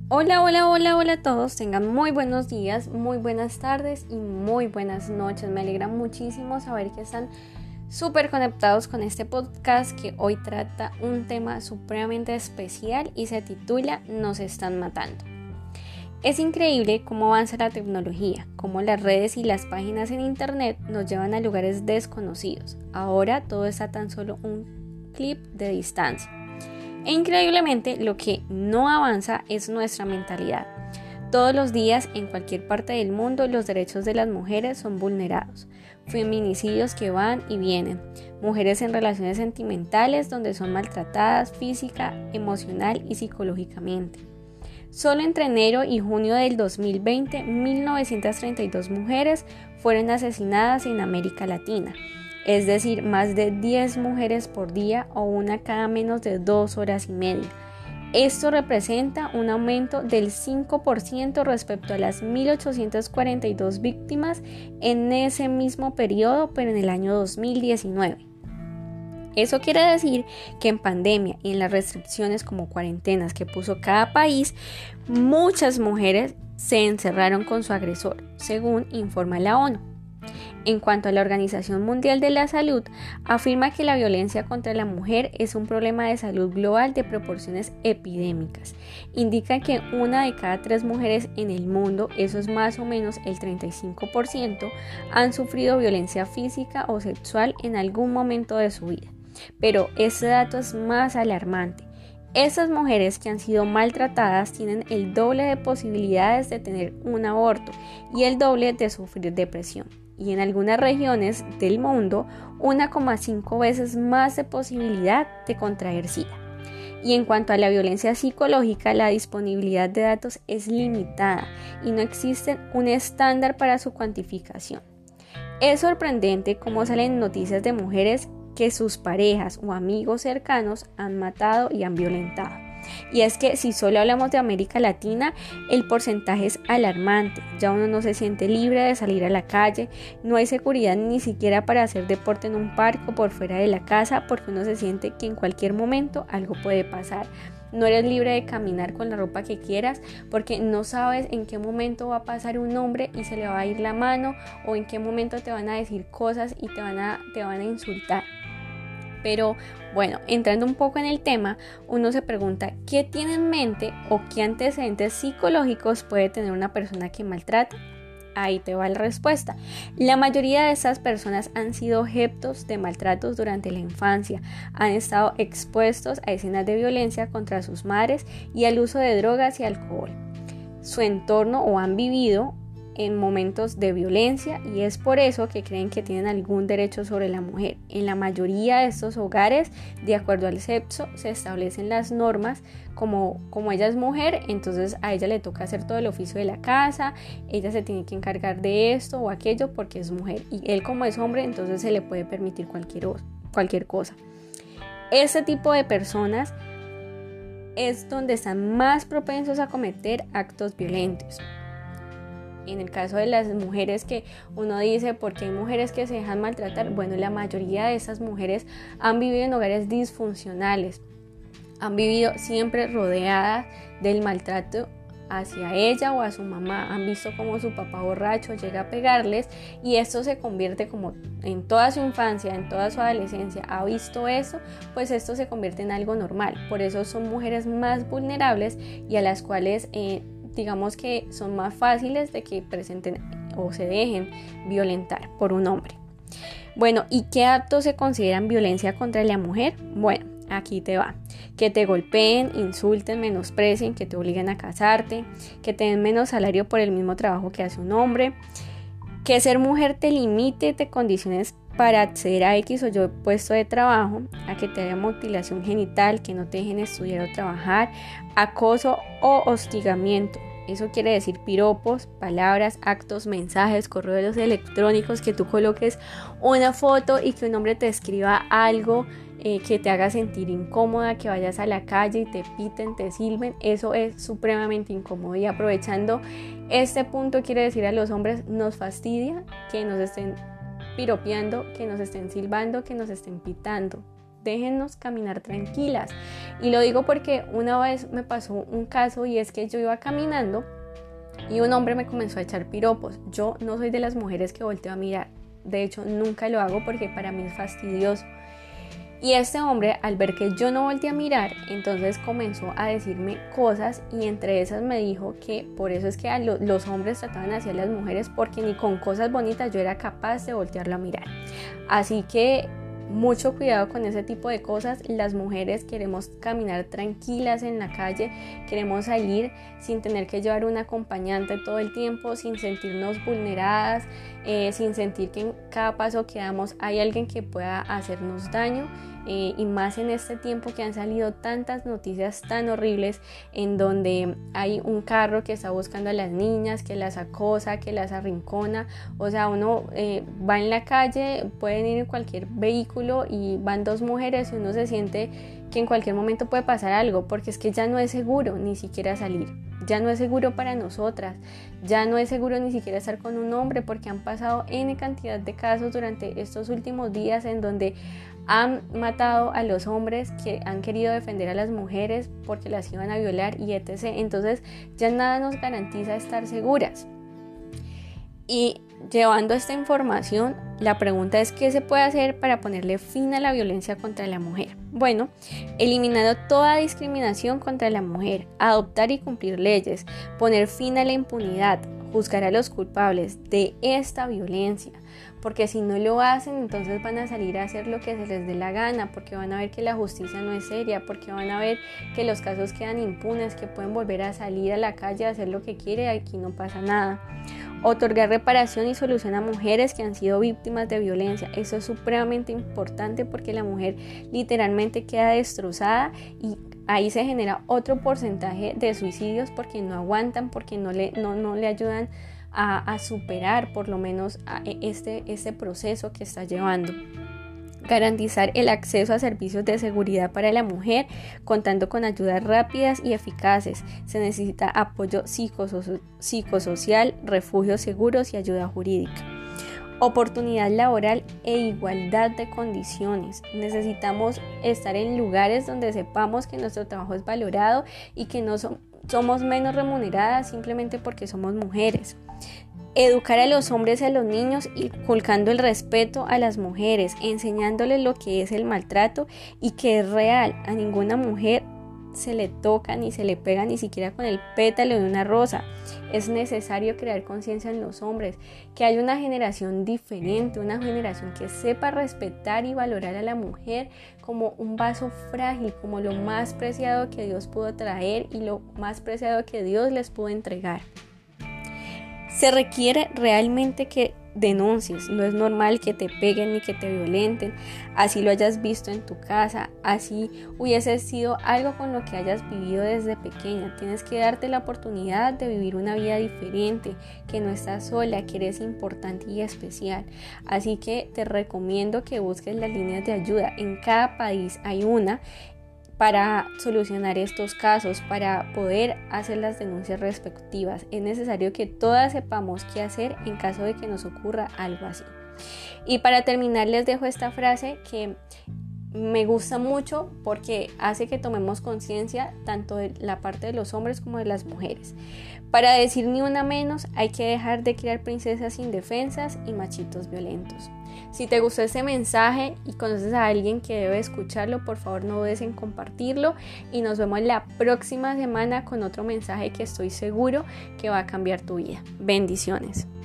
Hola, hola, hola, hola a todos. Tengan muy buenos días, muy buenas tardes y muy buenas noches. Me alegra muchísimo saber que están súper conectados con este podcast que hoy trata un tema supremamente especial y se titula Nos están matando. Es increíble cómo avanza la tecnología, cómo las redes y las páginas en internet nos llevan a lugares desconocidos. Ahora todo está tan solo un clic de distancia. E increíblemente lo que no avanza es nuestra mentalidad. Todos los días, en cualquier parte del mundo, los derechos de las mujeres son vulnerados. Feminicidios que van y vienen. Mujeres en relaciones sentimentales donde son maltratadas física, emocional y psicológicamente. Solo entre enero y junio del 2020, 1932 mujeres fueron asesinadas en América Latina. Es decir, más de 10 mujeres por día o una cada menos de 2 horas y media. Esto representa un aumento del 5% respecto a las 1.842 víctimas en ese mismo periodo, pero en el año 2019. Eso quiere decir que en pandemia y en las restricciones como cuarentenas que puso cada país, muchas mujeres se encerraron con su agresor, según informa la ONU. En cuanto a la Organización Mundial de la Salud, afirma que la violencia contra la mujer es un problema de salud global de proporciones epidémicas. Indica que 1 de cada 3 mujeres en el mundo, eso es más o menos el 35%, han sufrido violencia física o sexual en algún momento de su vida. Pero este dato es más alarmante. Estas mujeres que han sido maltratadas tienen el doble de posibilidades de tener un aborto y el doble de sufrir depresión. Y en algunas regiones del mundo 1,5 veces más de posibilidad de contraer SIDA. Y en cuanto a la violencia psicológica, la disponibilidad de datos es limitada y no existe un estándar para su cuantificación. Es sorprendente cómo salen noticias de mujeres que sus parejas o amigos cercanos han matado y han violentado. Y es que si solo hablamos de América Latina, el porcentaje es alarmante. Ya uno no se siente libre de salir a la calle, no hay seguridad ni siquiera para hacer deporte en un parque o por fuera de la casa, porque uno se siente que en cualquier momento algo puede pasar. No eres libre de caminar con la ropa que quieras porque no sabes en qué momento va a pasar un hombre y se le va a ir la mano, o en qué momento te van a decir cosas y te van a insultar. Pero bueno, entrando un poco en el tema, uno se pregunta qué tiene en mente o qué antecedentes psicológicos puede tener una persona que maltrata. Ahí te va la respuesta. La mayoría de estas personas han sido objetos de maltratos durante la infancia, han estado expuestos a escenas de violencia contra sus madres y al uso de drogas y alcohol. Su entorno o han vivido en momentos de violencia y es por eso que creen que tienen algún derecho sobre la mujer. En la mayoría de estos hogares, de acuerdo al sexo, se establecen las normas como ella es mujer, entonces a ella le toca hacer todo el oficio de la casa, ella se tiene que encargar de esto o aquello porque es mujer, y él como es hombre, entonces se le puede permitir cualquier cosa. Este tipo de personas es donde están más propensos a cometer actos violentos. En el caso de las mujeres que uno dice, ¿por qué hay mujeres que se dejan maltratar? Bueno, la mayoría de esas mujeres han vivido en hogares disfuncionales, han vivido siempre rodeadas del maltrato hacia ella o a su mamá, han visto cómo su papá borracho llega a pegarles y esto se convierte como en toda su infancia, en toda su adolescencia, ha visto eso, pues esto se convierte en algo normal. Por eso son mujeres más vulnerables y a las cuales digamos que son más fáciles de que presenten o se dejen violentar por un hombre. Bueno, ¿y qué actos se consideran violencia contra la mujer? Bueno, aquí te va. Que te golpeen, insulten, menosprecien, que te obliguen a casarte, que te den menos salario por el mismo trabajo que hace un hombre, que ser mujer te limite, te condiciones para acceder a X o Y puesto de trabajo, a que te haya mutilación genital, que no te dejen estudiar o trabajar, acoso o hostigamiento. Eso quiere decir piropos, palabras, actos, mensajes, correos electrónicos, que tú coloques una foto y que un hombre te escriba algo que te haga sentir incómoda, que vayas a la calle y te piten, te silben. Eso es supremamente incómodo. Y aprovechando este punto, quiere decir a los hombres, nos fastidia que nos estén piropeando, que nos estén silbando, que nos estén pitando. déjennos caminar tranquilas. Y lo digo porque una vez me pasó un caso, y es que yo iba caminando y un hombre me comenzó a echar piropos. Yo no soy de las mujeres que volteo a mirar, de hecho nunca lo hago porque para mí es fastidioso. Y este hombre, al ver que yo no volteé a mirar, entonces comenzó a decirme cosas, y entre esas me dijo que por eso es que los hombres trataban así a las mujeres, porque ni con cosas bonitas yo era capaz de voltearlo a mirar. Así que mucho cuidado con ese tipo de cosas. Las mujeres queremos caminar tranquilas en la calle, queremos salir sin tener que llevar un acompañante todo el tiempo, sin sentirnos vulneradas, sin sentir que en cada paso que damos hay alguien que pueda hacernos daño. Y más en este tiempo que han salido tantas noticias tan horribles, en donde hay un carro que está buscando a las niñas, que las acosa, que las arrincona. O sea, uno va en la calle, pueden ir en cualquier vehículo y van dos mujeres y uno se siente que en cualquier momento puede pasar algo, porque es que ya no es seguro ni siquiera salir, ya no es seguro para nosotras, ya no es seguro ni siquiera estar con un hombre, porque han pasado N cantidad de casos durante estos últimos días en donde han matado a los hombres que han querido defender a las mujeres porque las iban a violar y etc. Entonces ya nada nos garantiza estar seguras. Y llevando esta información, la pregunta es: ¿qué se puede hacer para ponerle fin a la violencia contra la mujer? Bueno, eliminando toda discriminación contra la mujer, adoptar y cumplir leyes, poner fin a la impunidad, juzgar a los culpables de esta violencia, porque si no lo hacen, entonces van a salir a hacer lo que se les dé la gana, porque van a ver que la justicia no es seria, porque van a ver que los casos quedan impunes, que pueden volver a salir a la calle a hacer lo que quiere, aquí no pasa nada. Otorgar reparación y solución a mujeres que han sido víctimas de violencia. Eso es supremamente importante, porque la mujer literalmente queda destrozada y ahí se genera otro porcentaje de suicidios porque no aguantan, porque no le ayudan a superar por lo menos a este proceso que está llevando. Garantizar el acceso a servicios de seguridad para la mujer, contando con ayudas rápidas y eficaces. Se necesita apoyo psicosocial, refugios seguros y ayuda jurídica. Oportunidad laboral e igualdad de condiciones. Necesitamos estar en lugares donde sepamos que nuestro trabajo es valorado y que no somos menos remuneradas simplemente porque somos mujeres. Educar a los hombres y a los niños, inculcando el respeto a las mujeres, enseñándoles lo que es el maltrato y que es real. A ninguna mujer se le toca ni se le pega ni siquiera con el pétalo de una rosa. Es necesario crear conciencia en los hombres, que haya una generación diferente, una generación que sepa respetar y valorar a la mujer como un vaso frágil, como lo más preciado que Dios pudo traer y lo más preciado que Dios les pudo entregar. Se requiere realmente que denuncies. No es normal que te peguen ni que te violenten, así lo hayas visto en tu casa, así hubiese sido algo con lo que hayas vivido desde pequeña. Tienes que darte la oportunidad de vivir una vida diferente, que no estás sola, que eres importante y especial. Así que te recomiendo que busques las líneas de ayuda. En cada país hay una para solucionar estos casos, para poder hacer las denuncias respectivas. Es necesario que todas sepamos qué hacer en caso de que nos ocurra algo así. Y para terminar, les dejo esta frase que me gusta mucho porque hace que tomemos conciencia tanto de la parte de los hombres como de las mujeres. Para decir ni una menos, hay que dejar de criar princesas indefensas y machitos violentos. Si te gustó este mensaje y conoces a alguien que debe escucharlo, por favor no dudes en compartirlo, y nos vemos la próxima semana con otro mensaje que estoy seguro que va a cambiar tu vida. Bendiciones.